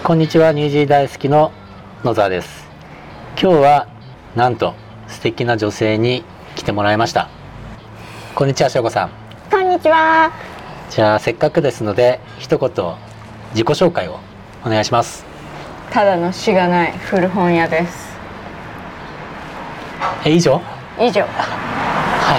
こんにちは、ニュージー大好きの野沢です。今日はなんと素敵な女性に来てもらいました。こんにちは、しょうこさん。 こんにちは。 じゃあせっかくですので一言自己紹介をお願いします。 ただのしがない古本屋です。 以上はい。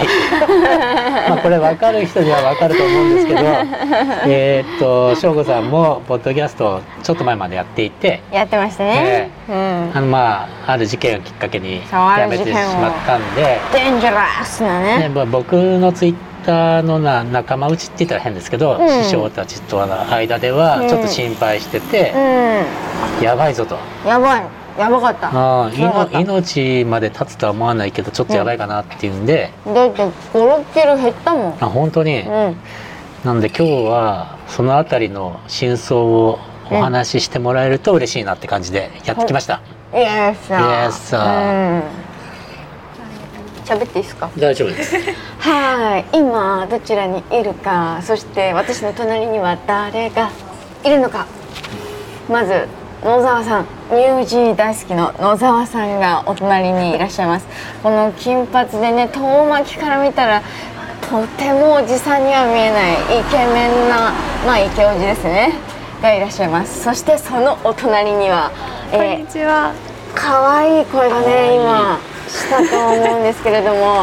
まあこれ分かる人には分かると思うんですけど、しょうこさんもポッドキャストをちょっと前までやっていて、 やってましたね。 ある事件をきっかけにやめてしまったんで、 デンジャラスなね。 僕のツイッターの仲間内って言ったら変ですけど、師匠たちとの間ではちょっと心配してて、やばいぞと。 やばかった。 命まで立つとは思わないけどちょっとやばいかなっていうんで、 だって5、6キロ減ったもん。 本当に、なんで今日はそのあたりの真相をお話ししてもらえると嬉しいなって感じでやってきました。 イエスさ喋っていいですか？ 大丈夫です。 はい、今どちらにいるか、そして私の隣には誰がいるのか。まず野沢さん、ニュージー大好きの野沢さんがお隣にいらっしゃいます。この金髪でね、遠巻きから見たらとてもおじさんには見えないイケメンな、イケおじですねがいらっしゃいます。そしてそのお隣には、 こんにちは。 可愛い声がね今したと思うんですけれども、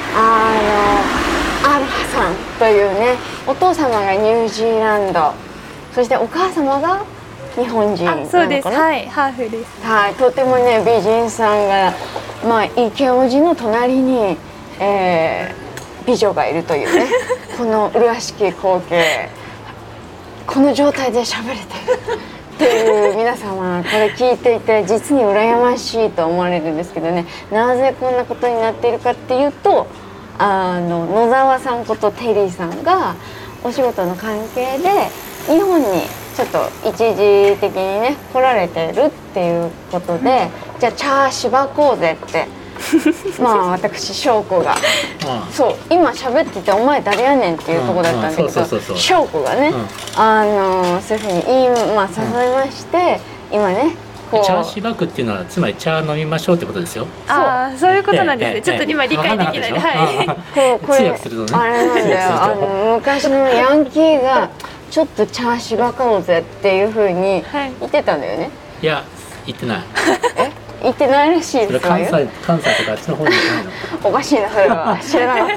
アルハさんというね、お父様がニュージーランド、そしてお母様が日本人なのかな。 そうです。はい、ハーフです。 はい、とてもね美人さんが、イケオジの隣に、美女がいるというねこの麗しき光景、この状態で喋れてるっていう皆様、これ聞いていて実に羨ましいと思われるんですけどね、なぜこんなことになっているかっていうと、野沢さんことテリーさんがお仕事の関係で日本にちょっと一時的にね来られてるっていうことで、じゃあチャーしばこうぜって私翔子が、そう今喋っててお前誰やねんっていうとこだったんだけど、翔子がね、そういうふうに誘いまして、今ねこうチャーしばくっていうのはつまりチャー飲みましょうってことですよ。 そういうことなんですね。ちょっと今理解できない。 これあれなんだよ、昔のヤンキーがちょっとチャーしばこうぜっていう風に言ってたんだよね。 いや言ってない。 言ってないらしいですよ。 関西とかあっちの方に行かないの。 おかしいな、それは知らなかった。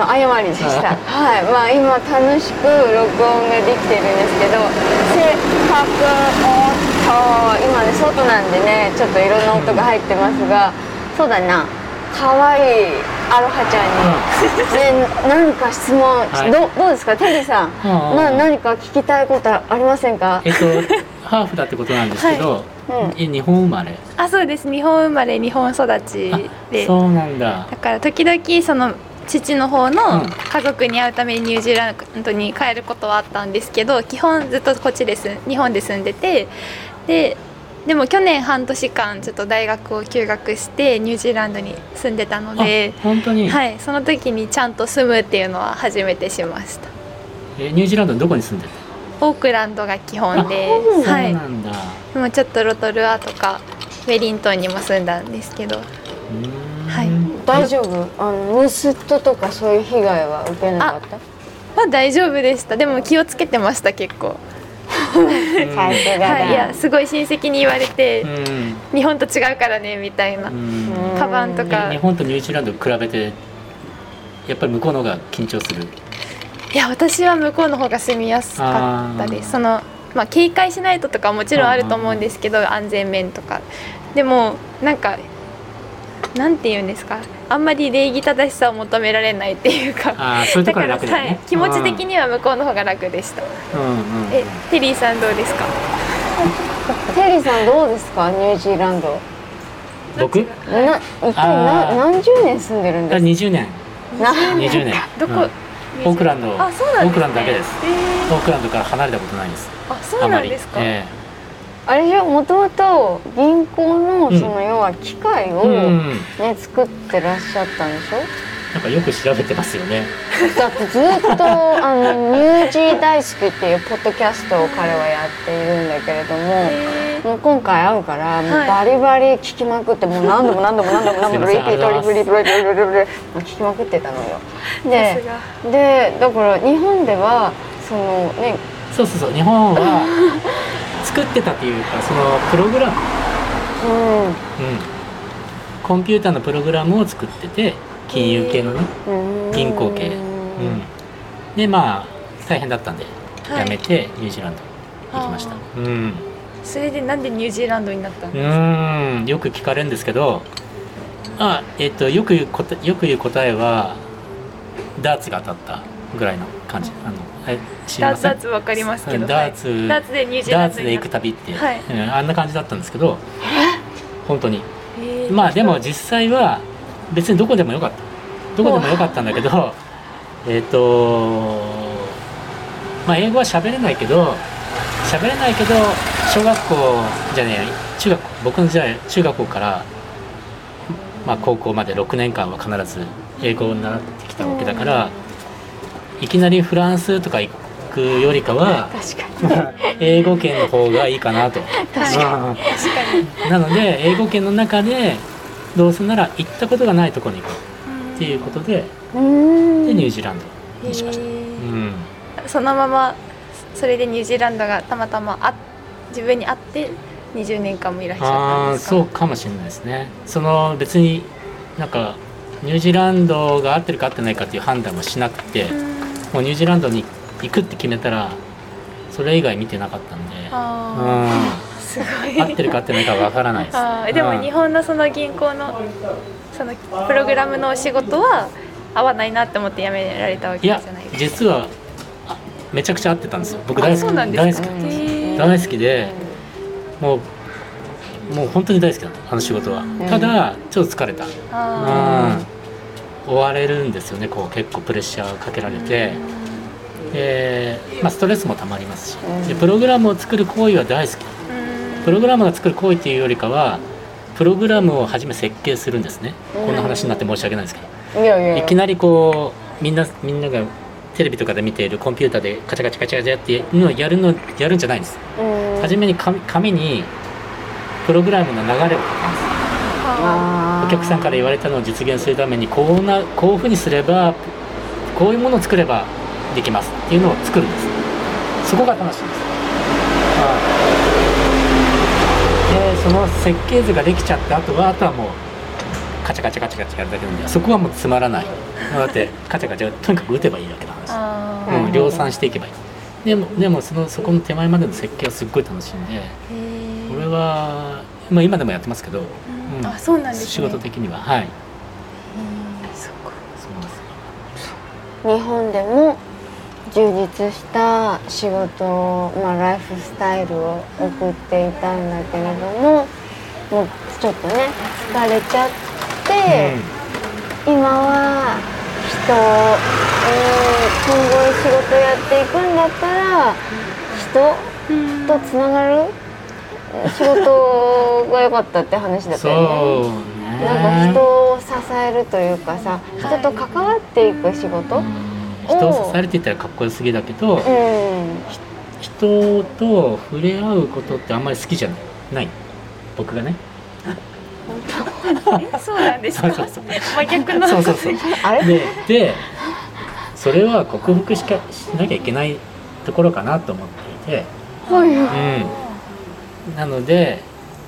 誤りでした。はい、今楽しく録音ができてるんですけど、せっかく今ね外なんでね、ちょっといろんな音が入ってますが、そうだな、可愛いアロハちゃんに、何か質問、どうですかテリーさん、何か聞きたいことありませんか？ ハーフだってことなんですけど、日本生まれ？ そうです。日本生まれ日本育ちで。 そうなんだ。 だから時々その父の方の家族に会うためにニュージーランドに帰ることはあったんですけど、基本ずっとこっちです日本で住んでて、でも去年半年間ちょっと大学を休学してニュージーランドに住んでたので、 本当に、 はい、その時にちゃんと住むっていうのは初めてしました。 ニュージーランドのどこに住んでた？ オークランドが基本で、 そうなんだ。 でもちょっとロトルアとかウェリントンにも住んだんですけど、 大丈夫？盗人とかそういう被害は受けなかった？ 大丈夫でした。でも気をつけてました結構。いやすごい親戚に言われて、日本と違うからねみたいな、カバンとか。 日本とニュージーランド比べてやっぱり向こうの方が緊張する？ いや私は向こうの方が住みやすかったです。警戒しないととかもちろんあると思うんですけど、安全面とかでもなんて言うんですか、あんまり礼儀正しさを求められないっていうか、 そういうところが楽だね。 気持ち的には向こうの方が楽でした。テリーさんどうですか？ テリーさんどうですか？ニュージーランド。 僕？ 一体何十年住んでるんですか ？20年。20年。 どこ？ オークランド。 そうなんですね。 オークランドだけです。オークランドから離れたことないです。 そうなんですか。 あれじゃもともと銀行のその要は機械をね作ってらっしゃったんでしょ？ なんかよく調べてますよね。 だってずっとニュージー大大好きっていうポッドキャストを彼はやっているんだけれども、もう今回会うからもうバリバリ聞きまくって、もう何度もリピート聞きまくってたのよ。でだから日本ではそのね、 そう日本は作ってたっていうか、そのプログラム、コンピューターのプログラムを作ってて、金融系のね、銀行系、でまあ大変だったんで辞めてニュージーランド行きました。 それでなんでニュージーランドになったんですか？ よく聞かれるんですけど、よく言う答えはダーツが当たったぐらいの感じ。知りません？ ダーツわかりますけど、 ダーツでニュージーランドにダーツで行く旅って、 はい、 あんな感じだったんですけど、本当にまあでも実際は別にどこでもよかったんだけど、まあ英語は喋れないけど小学校じゃねえ中学校、僕の時代中学校からまあ高校まで6年間は必ず英語を習ってきたわけだから、いきなりフランスとか行くよりかは英語圏の方がいいかなと。 確かになので英語圏の中でどうせなら行ったことがないところに行こうっていうことで、ニュージーランドにしました。 そのままそれでニュージーランドがたまたま自分に会って20年間もいらっしゃったんですか？ そうかもしれないですね。その別になんかニュージーランドが合ってるか合ってないかっていう判断もしなくて、もうニュージーランドに行くって決めたらそれ以外見てなかったんで、 すごい合ってるか合ってないかわからないです。 でも日本のその銀行のそのプログラムのお仕事は合わないなって思って辞められたわけじゃないですか？ いや実はめちゃくちゃ合ってたんですよ。僕大好きで、もう本当に大好きなの、あの仕事は。ただちょっと疲れた。追われるんですよね。こう結構プレッシャーをかけられて、まあ、ストレスもたまりますし、でプログラムを作る行為は大好き。プログラムが作る行為っていうよりかはプログラムを初め設計するんですね。こんな話になって申し訳ないですけど、いきなりこうみんながテレビとかで見ているコンピューターでカチャカチャカチャカチャっていうのをやるんじゃないんです。初めに紙にプログラムの流れを書きます。お客さんから言われたのを実現するためにこういうふうにすればこういうものを作ればできますっていうのを作るんです。そこが楽しいんです。でその設計図ができちゃった後はもうカチャカチャカチャカチャやるだけなんで、そこはもうつまらない。だってカチャカチャとにかく打てばいいだけの話。量産していけばいい。でもそこの手前までの設計はすっごい楽しいんで、これは、まあ、今でもやってますけど、 そうなんですね。 仕事的にはそうです。 日本でも充実した仕事、ライフスタイルを送っていたんだけれども、もうちょっとね疲れちゃって、今は今後仕事やっていくんだったら人とつながる仕事が良かったって話だったよね。なんか人を支えるというかさ、人と関わっていく仕事、 人を支えるって言ったらかっこよすぎだけど、人と触れ合うことってあんまり好きじゃない僕がね。 そうなんですか？真逆の。 でそれは克服しなきゃいけないところかなと思っていて、なので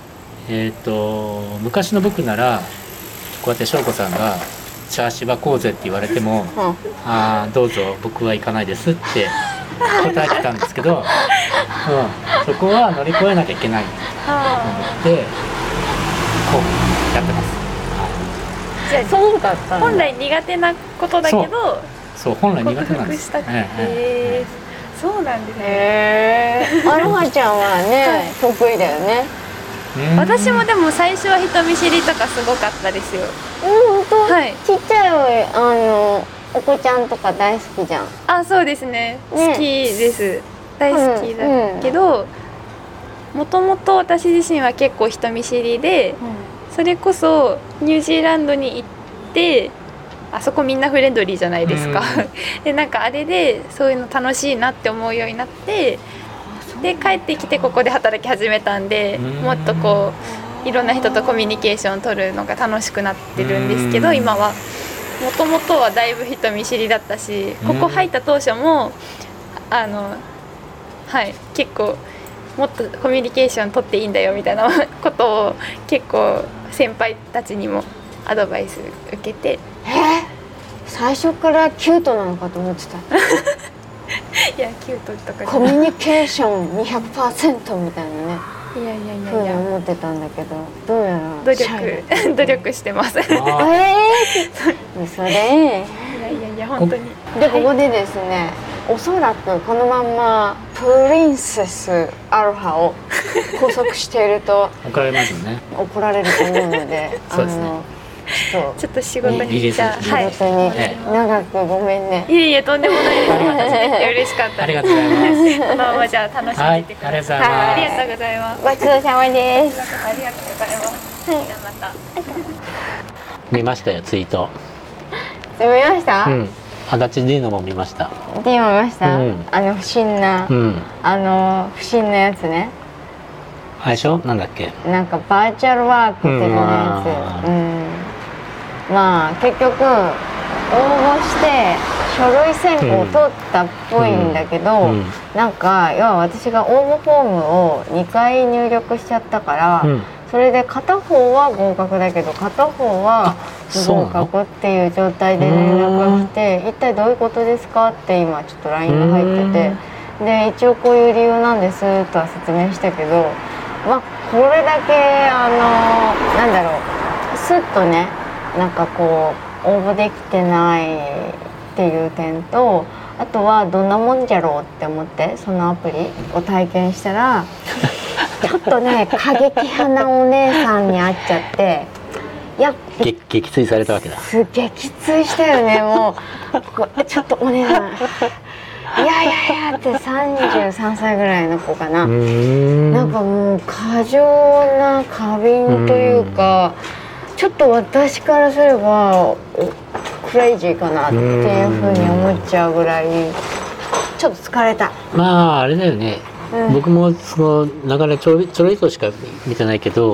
昔の僕ならこうやって翔子さんがチャーシバこうぜって言われても、どうぞ僕は行かないですって答えてたんですけど、そこは乗り越えなきゃいけないと思ってこうやってます。 じゃあそうだった本来苦手なことだけど、 そう本来苦手なんです。 そうなんですね。 アロハちゃんはね、得意だよね。 私もでも最初は人見知りとかすごかったですよ。 本当？ちっちゃいお子ちゃんとか大好きじゃん。 そうですね。好きです。大好きだけど、もともと私自身は結構人見知りで、それこそニュージーランドに行ってあそこみんなフレンドリーじゃないですか、でなんかあれでそういうの楽しいなって思うようになって、で帰ってきてここで働き始めたんで、もっとこういろんな人とコミュニケーションを取るのが楽しくなってるんですけど、今はもともとはだいぶ人見知りだったし、ここ入った当初も結構もっとコミュニケーション取っていいんだよみたいなことを結構先輩たちにもアドバイス受けて、 最初からキュートなのかと思ってた。 いやキュートとかコミュニケーション 200% みたいなね、 いやふうに思ってたんだけど、どうやら努力してます。 それいや本当に。 でここでですね、おそらくこのまんまプリンセスアロハを拘束していると怒られますよね。 怒られると思うので、 そうですね、 ちょっと仕事にじゃあ、 仕事に長くごめんね。 いえとんでもないです。嬉しかったです。 ありがとうございます。 このままじゃあ楽しんでいてください。ありがとうございます。 ごちそうさまです。 ありがとうございます。じゃあまた。 見ましたよ、ツイート。 見ました？ 足立 D のも見ました。 D 見ました？不審な、不審なやつね。 あれでしょ？なんだっけ？ なんかバーチャルワーク的なやつ。まあ結局応募して書類選考を取ったっぽいんだけど、なんか要は私が応募フォームを2回入力しちゃったから、それで片方は合格だけど片方は不合格っていう状態で連絡が来て、一体どういうことですかって今ちょっと LINE が入ってて、で一応こういう理由なんですとは説明したけど、まあこれだけなんだろう、スッとね、なんかこう応募できてないっていう点と、あとはどんなもんじゃろうって思ってそのアプリを体験したらちょっとね過激派なお姉さんに会っちゃって、いや撃墜されたわけだ。 撃墜したよね。もうちょっとお姉さんいやって33歳ぐらいの子かな、なんかもう過剰な過敏というか、ちょっと私からすればクレイジーかなっていうふうに思っちゃうぐらいちょっと疲れた。 まああれだよね、僕もその流れちょろいとしか見てないけど、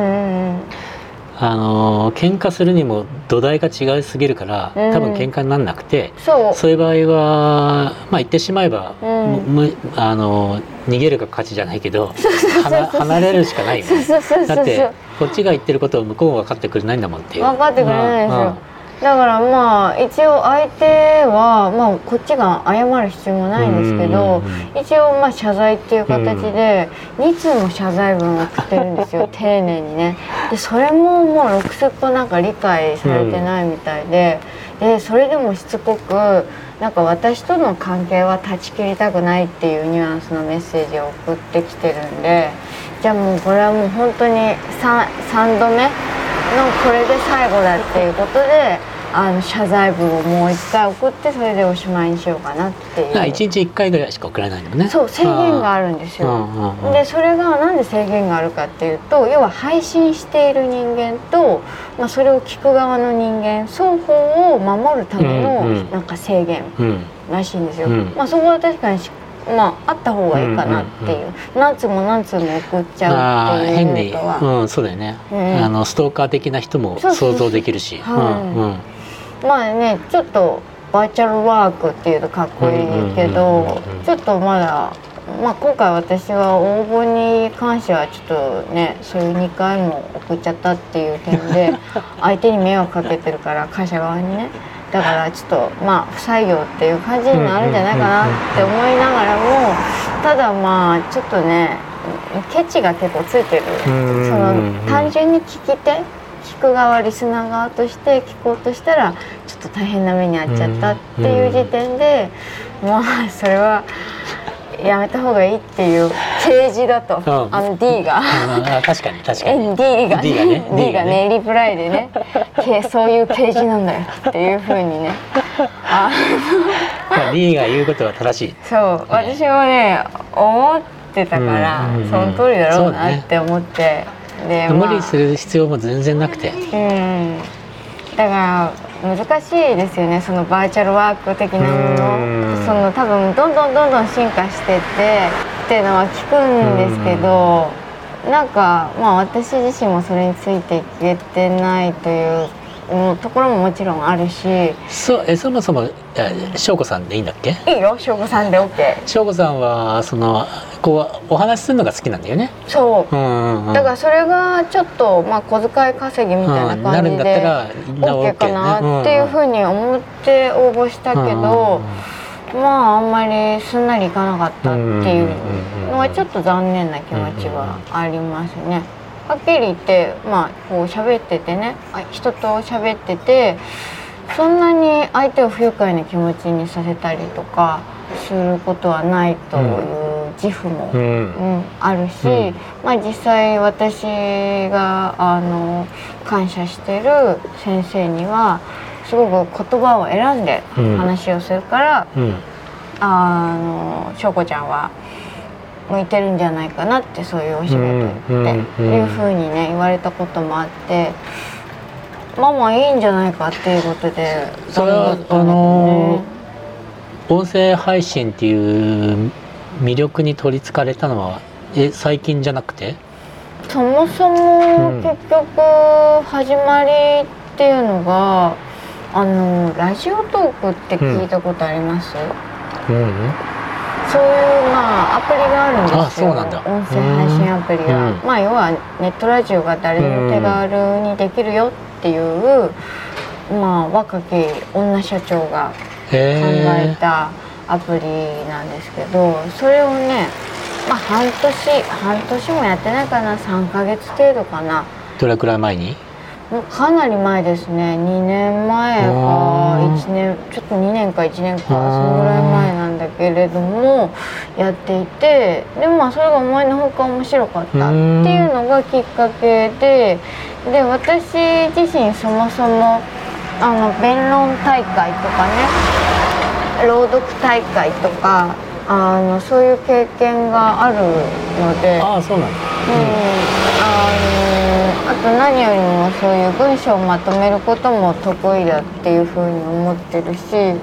喧嘩するにも土台が違いすぎるから、多分喧嘩にならなくて、そういう場合はまあ言ってしまえば、逃げるが勝ちじゃないけど離れるしかないよね。だってこっちが言ってることを向こうが分かってくれないんだもんっていう。 分かってくれないですよ。だからまあ一応相手はまあこっちが謝る必要もないんですけど、一応まあ謝罪っていう形で2通も謝罪文を送ってるんですよ。丁寧にね。でそれももうろくすっぽなんか理解されてないみたいで、それでもしつこくなんか私との関係は断ち切りたくないっていうニュアンスのメッセージを送ってきてるんで、じゃあもうこれはもう本当に 3度目のこれで最後だっていうことで謝罪文をもう1回送って、それでおしまいにしようかなっていう。 1日1回ぐらいしか送らないのね。 そう制限があるんですよ。でそれがなんで制限があるかっていうと、要は配信している人間と、それを聞く側の人間双方を守るためのなんか制限らしいんですよ。そこは確かにあった方がいいかなっていう、何通も送っちゃうっていうのとは、 そうだよね、ストーカー的な人も想像できるし、 まあね、ちょっとバーチャルワークっていうとかっこいいけど、ちょっとまだ、今回私は応募に関してはちょっとね、そういう2回も送っちゃったっていう点で相手に迷惑かけてるから、会社側にね。だからちょっと不採用っていう感じになるんじゃないかなって思いながらも、ただちょっとねケチが結構ついてる。その単純に聞く側、リスナー側として聞こうとしたらちょっと大変な目に遭っちゃったっていう時点で、それはやめた方がいいっていう啓示だと、D が確かに D がねリプライでねそういう啓示なんだよっていうふうにね D が言うことは正しい。 そう私もね思ってたから、その通りだろうなって思って、で無理する必要も全然なくて、 だから難しいですよね、そのバーチャルワーク的なもの。その多分どんどん進化してっていうのは聞くんですけど、なんかまあ私自身もそれについていけてないというところももちろんあるし。 そもそも翔子さんでいいんだっけ？ いいよ、翔子さんで OK。 翔子さんはこうお話しするのが好きなんだよね。 そう、だからそれがちょっとまあ小遣い稼ぎみたいな感じで OK かなっていうふうに思って応募したけど、まああんまりすんなりいかなかったっていうのはちょっと残念な気持ちはありますね。はっきり言って、まあこう喋っててね、人と喋っててそんなに相手を不愉快な気持ちにさせたりとかすることはないという自負も、あるし、まあ実際私が感謝してる先生にはすごく言葉を選んで話をするから、翔子ちゃんは向いてるんじゃないかなって、そういうお仕事っていうふうにね言われたこともあって、まあいいんじゃないかっていうことで。 それは音声配信っていう魅力に取りつかれたのは最近じゃなくて？ そもそも結局始まりっていうのがラジオトークって聞いたことあります？そういうまあアプリがあるんですよ。音声配信アプリが、まあ要はネットラジオが誰でも手軽にできるよっていう、まあ若き女社長が考えたアプリなんですけど、それをね、まあ半年もやってないかな、3ヶ月程度かな。 どれくらい前に？ もうかなり前ですね。2年前か1年、ちょっと2年か1年かそのぐらい前なんだけれどもやっていて、でもまあそれが思いのほか面白かったっていうのがきっかけで、私自身そもそも弁論大会とかね、朗読大会とかそういう経験があるので。 そうなんだ。 あと何よりもそういう文章をまとめることも得意だっていうふうに思ってるし、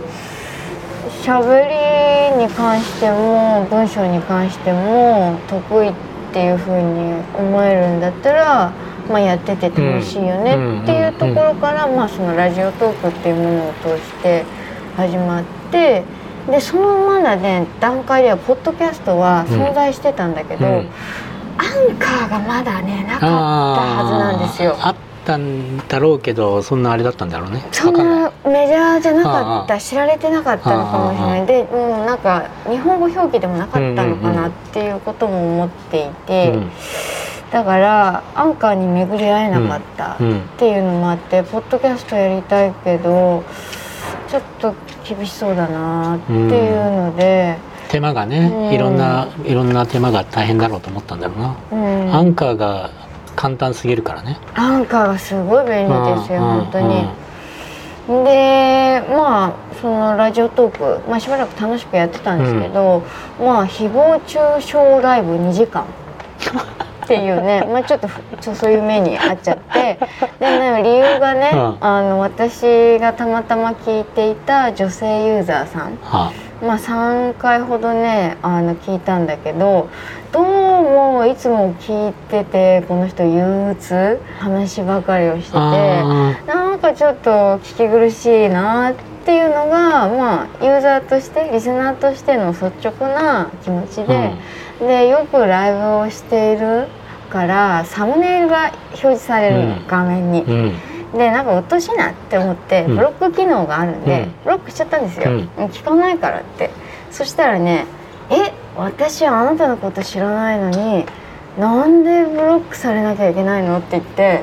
喋りに関しても文章に関しても得意っていうふうに思えるんだったら、まあ、やってて楽しいよねっていうところから、まあ、そのラジオトークっていうものを通して始まって、でそのまだね段階ではポッドキャストは存在してたんだけど、アンカーがまだねなかったはずなんですよ。 あったんだろうけど、そんなあれだったんだろうね。 そんなメジャーじゃなかった、知られてなかったのかもしれない。でもうなんか日本語表記でもなかったのかなっていうことも思っていて、だからアンカーに巡り合えなかったっていうのもあって、ポッドキャストやりたいけどちょっと厳しそうだなっていうので、 手間がね、いろんな手間が大変だろうと思ったんだろうな。アンカーが簡単すぎるからね。アンカーがすごい便利ですよ、本当に。でまあそのラジオトーク、まあ、しばらく楽しくやってたんですけど、まあ誹謗中傷ライブ2時間っていうね、まあ、ちょっとそういう目に遭っちゃって、で理由がね、私がたまたま聞いていた女性ユーザーさん、まあ、3回ほどね聞いたんだけど、どうもいつも聞いててこの人憂鬱話ばかりをしてて、なんかちょっと聞き苦しいなっていうのが、まあ、ユーザーとしてリスナーとしての率直な気持ちで、でよくライブをしているからサムネイルが表示されるの、画面に。でなんか鬱陶しいなって思ってブロック機能があるんで、ブロックしちゃったんですよ、聞かないからって。そしたらね、私はあなたのこと知らないのになんでブロックされなきゃいけないのって言って。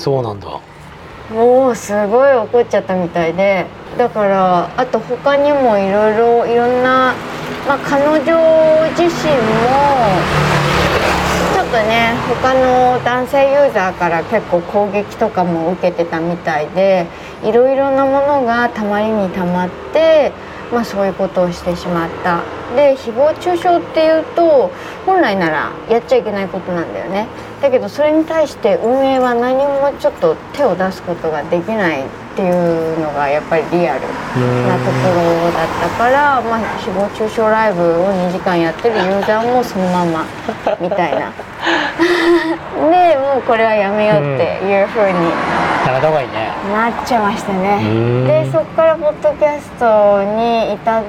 そうなんだ。 もうすごい怒っちゃったみたいで、だからあと他にもいろんな、まあ、彼女自身もちょっとね他の男性ユーザーから結構攻撃とかも受けてたみたいで、いろいろなものがたまりにたまって、まあ、そういうことをしてしまった。で誹謗中傷っていうと本来ならやっちゃいけないことなんだよね。だけどそれに対して運営は何もちょっと手を出すことができないっっていうのがやっぱりリアルなところだったから、まあ、誹謗中傷ライブを2時間やってるユーザーもそのままみたいなでもうこれはやめようっていう風にやめた方がいいね。 なっちゃいましたね。でそこからポッドキャストに至って、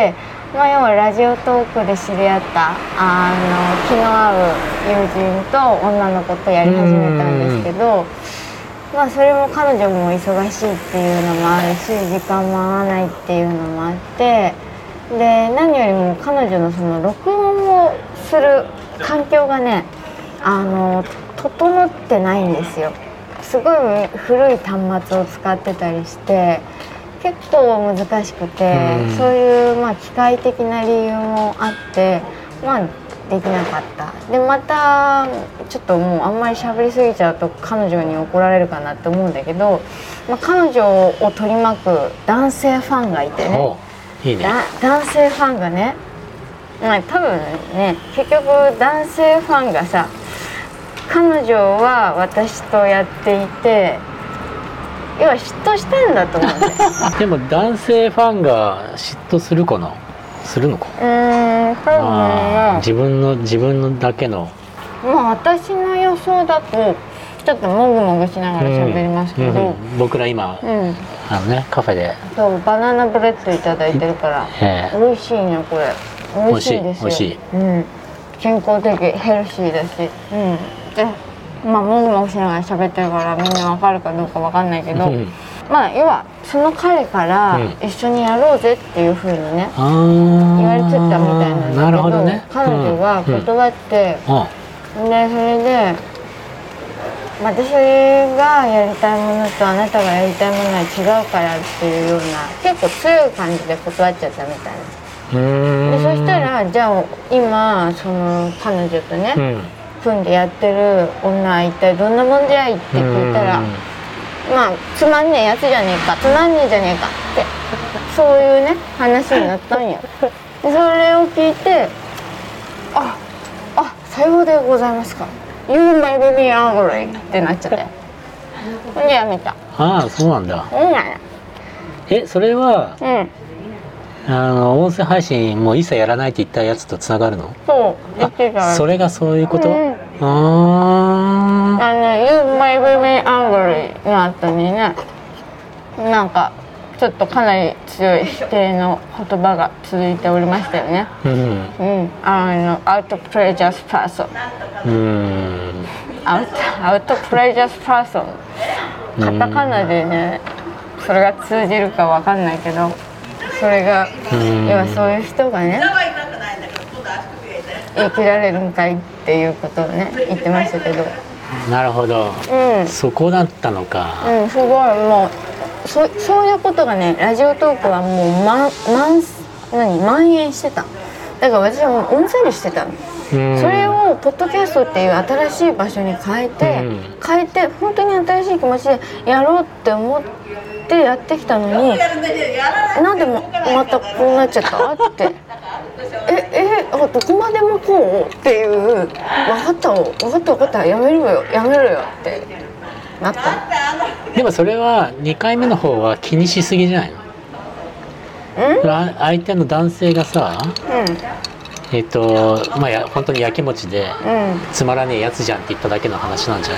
まあ、要はラジオトークで知り合った気の合う友人と女の子とやり始めたんですけど、まあそれも彼女も忙しいっていうのもあるし時間も合わないっていうのもあって、で何よりも彼女のその録音をする環境がね整ってないんですよ。すごい古い端末を使ってたりして結構難しくて、そういうまあ機械的な理由もあってまあできなかった。でまたちょっともうあんまり喋りすぎちゃうと彼女に怒られるかなって思うんだけど、まあ、彼女を取り巻く男性ファンがいてね、 いいね。 男性ファンがね、まあ、多分ね結局男性ファンがさ彼女は私とやっていて要は嫉妬してんだと思うんですでも男性ファンが嫉妬するかな、するのか。 多分自分のだけの。 まあ私の予想だとちょっともぐもぐしながら喋りますけど、 僕ら今、カフェでそうバナナブレッドいただいてるから美味しいねこれ。美味しいですよ。 美味しい。 健康的ヘルシーだし、でまあもぐもぐしながら喋ってるからみんなわかるかどうかわかんないけど、まあ要はその彼から一緒にやろうぜっていう風にね、言われてたみたいなんだけど、 ね、 彼女が断って、でそれで私がやりたいものとあなたがやりたいものは違うからっていうような結構強い感じで断っちゃったみたいな。でそしたらじゃあ今その彼女とね、組んでやってる女は一体どんなもんじゃいって聞いたら、まあつまんねえやつじゃねえか、つまんねえじゃねえかってそういうね話になったんよ。でそれを聞いてさようでございますか You made me angry ってなっちゃってでやめた。 ああそうなんだ。それは、音声配信もう一切やらないって言ったやつとつながるの？ そう言ってた。 それがそういうこと？ You made me angry の後にねなんかちょっとかなり強い否定の言葉が続いておりましたよね。Out of pleasure person。Out of pleasure person。カタカナでねそれが通じるかわかんないけど。それが要はそういう人がね生きられるんかいっていうことをね言ってましたけど。 なるほど、そこだったのか。 すごいもうそういうことがねラジオトークはもう蔓延してた。だから私はもう音声にしてたの。それをポッドキャストっていう新しい場所に変えて本当に新しい気持ちでやろうって思ってやってきたのになんでまたこうなっちゃったってどこまでもこうっていう分かったやめろよってなった。 でもそれは2回目の方は気にしすぎじゃないの？相手の男性がさ、まあ本当にやきもちで、つまらねえやつじゃんって言っただけの話なんじゃ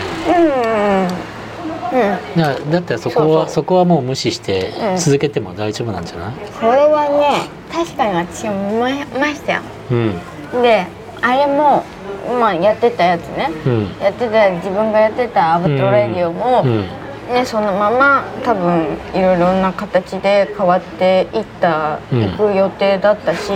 ないの？だったらそこはもう無視して続けても大丈夫なんじゃない？ それはね確かに私も思いましたよ。であれも、まあ、やってたやつね、自分がやってたアブトレディオも、そのまま多分いろいろな形で変わっていく予定だったし、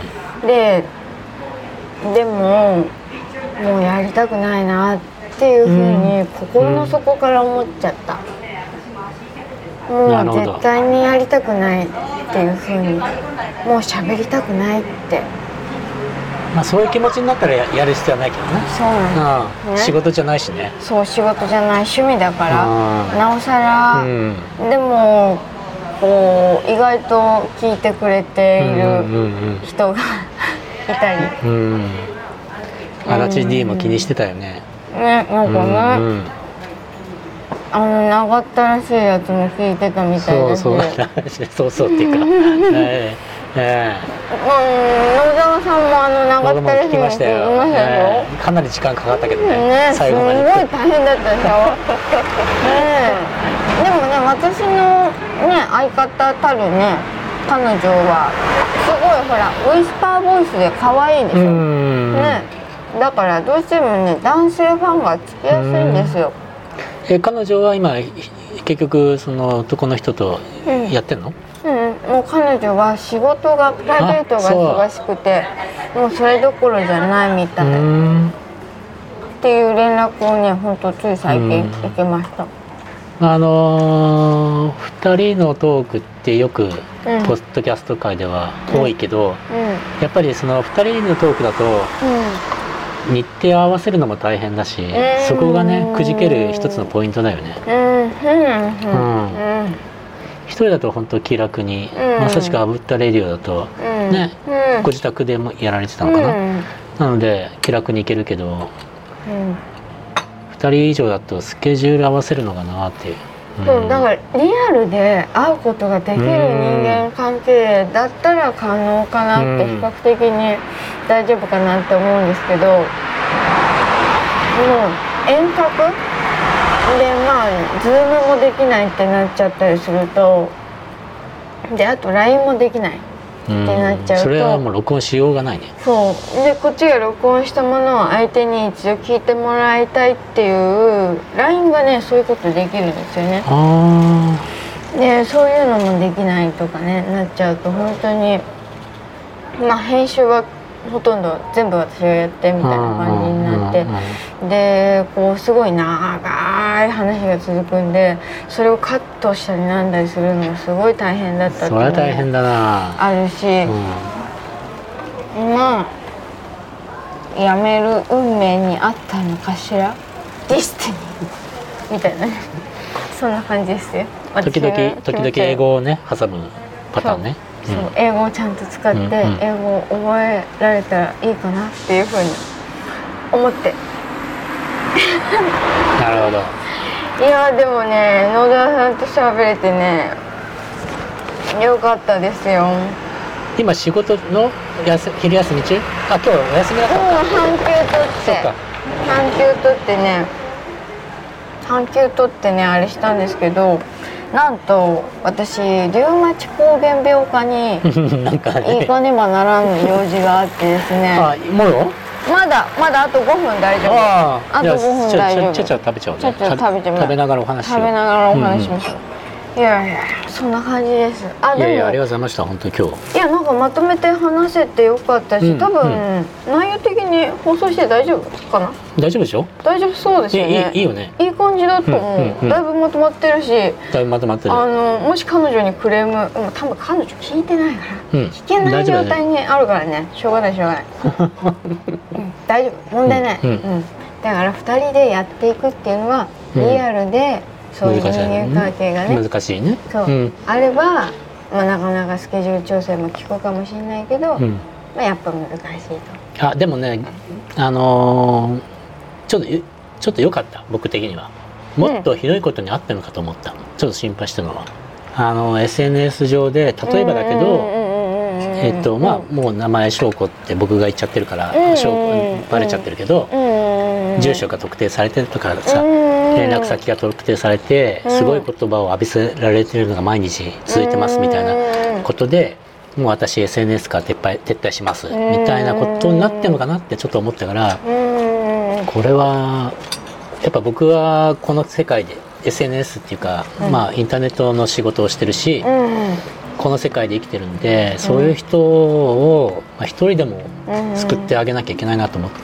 でももうやりたくないなっていうふうに心の底から思っちゃった。もう絶対にやりたくないっていうふうにもう喋りたくないって。 まあそういう気持ちになったらやる必要はないけどね。 そうなんですね。 仕事じゃないしね。 そう仕事じゃない趣味だからなおさら、でもこう意外と聞いてくれている人がいたり、 アラチ D も気にしてたよね。 なんかね、 長ったらしいやつも聞いてたみたいだし、 そうそうっていうか、野沢さんも長ったらしい聞きましたよ、かなり時間かかったけどね、最後まで。 すごい大変だったでしょ。でもね、私のね相方たるね彼女はすごいほらウィスパーボイスで可愛いでしょ。ね、だからどうしてもね男性ファンがつきやすいんですよ。 彼女は今結局その男の人とやってんの？ もう彼女は仕事がプライベートが忙しくてもうそれどころじゃないみたいっていう連絡をねほんとつい最近受けました。 2人のトークってよくポッドキャスト界では多いけど、やっぱりその2人のトークだと日程を合わせるのも大変だし、そこがねくじける一つのポイントだよね。一人だと本当気楽に、まさしくあぶったレディオだとね、ご自宅でもやられてたのかな、なので気楽に行けるけど、2人以上だとスケジュール合わせるのかなっていう。 そうだからリアルで会うことができる人間関係だったら可能かなって比較的に大丈夫かなって思うんですけど、もう遠隔でズームもできないってなっちゃったりすると、であと LINE もできないってなっちゃうと、 それはもう録音しようがないね。 そうでこっちが録音したものを相手に一度聞いてもらいたいっていう LINE がねそういうことできるんですよね。でそういうのもできないとかねなっちゃうと本当に編集はほとんど全部私がやってみたいな感じになって、でこうすごい長い話が続くんでそれをカットしたりなんだりするのがすごい大変だったっていうのがそれは大変だなあるし、やめる運命にあったのかしら、ディスティニーみたいなねそんな感じですよ。 時々英語をね挟むパターンね。 そう英語をちゃんと使って英語を覚えられたらいいかなっていうふうに思ってなるほど。 いやでもね野田さんと喋れてねよかったですよ。 今仕事の昼休み中？今日お休みだったのか。 半休取ってねあれしたんですけど、なんと私リウマチ膠原病科に行かねばならぬ用事があってですねもうまだあと5分大丈夫。あと5分大丈夫。 ちゃっちゃ食べちゃおうね。 ちゃっちゃ食べてみます。 食べながらお話しよう。 食べながらお話しましょう。いやそんな感じです。 いやありがとうございました本当に今日。 いやなんかまとめて話せてよかったし、多分内容的に放送して大丈夫かな。 大丈夫でしょ。 大丈夫そうですよね。 いいよね。 いい感じだと思う。だいぶまとまってるし。 だいぶまとまってる。 もし彼女にクレーム、多分彼女聞いてないから、聞けない状態にあるからね。しょうがない。大丈夫問題ない。だから2人でやっていくっていうのはリアルで。そういう人間関係がね難しいね。 あれば、なかなかスケジュール調整も効くかもしれないけど、やっぱ難しいと。 でもねちょっと良かった僕的には。もっとひどいことにあったのかと思った。ちょっと心配したのはSNS 上で例えばだけどもう名前翔子って僕が言っちゃってるから翔子バレちゃってるけど、住所が特定されてるとかさ、連絡先が特定されてすごい言葉を浴びせられてるのが毎日続いてますみたいなことで、もう私 SNS から撤退しますみたいなことになってるのかなってちょっと思ったから、これはやっぱ僕はこの世界で SNS っていうか、インターネットの仕事をしてるし、この世界で生きてるんで、そういう人を一人でも救ってあげなきゃいけないなと思って、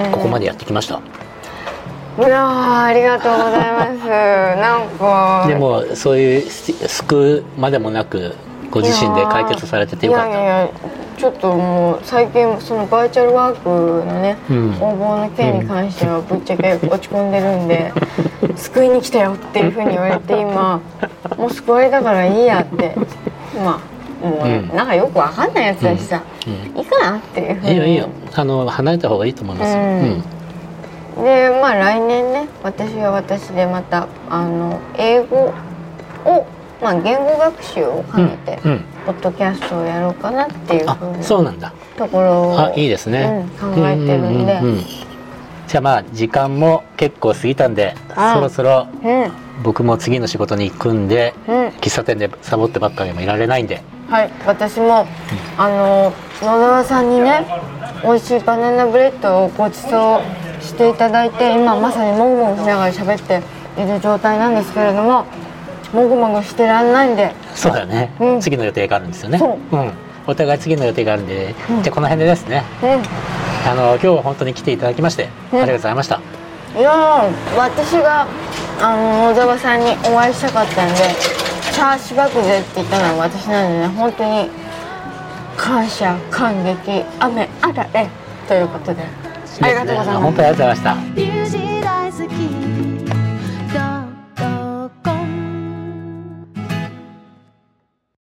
ここまでやってきました。 いやありがとうございます。なんかでもそういう救うまでもなくご自身で解決されててよかった。 いやちょっともう最近そのバーチャルワークのね、応募の件に関してはぶっちゃけ落ち込んでるんで、救いに来たよっていうふうに言われて今もう救われたからいいやってもうなんかよくわかんないやつだしさ、いいかなっていうふうに。 いいよ離れた方がいいと思います。 でまあ来年ね、私は私でまた英語を、まあ、言語学習を兼ねて、ポッドキャストをやろうかなっていうふうにそうなんだ。 ところをいいですね、 考えてるんで、 じゃあまあ時間も結構過ぎたんで、そろそろ僕も次の仕事に行くんで、喫茶店でサボってばっかりもいられないんで、 はい、私も野沢さんにね、美味しいバナナブレッドをご馳走していただいて、今まさにもぐもぐしながら喋っている状態なんですけれども、もぐもぐしてらんないんで。 そうだね、次の予定があるんですよね。お互い次の予定があるんで、じゃあこの辺でですね、今日は本当に来ていただきましてありがとうございました。 いや私が野沢さんにお会いしたかったんで、チャーシュバクぜって言ったのは私なのでね、本当に感謝感激雨あられということで、ありがとうございます。 本当にありがとうございました。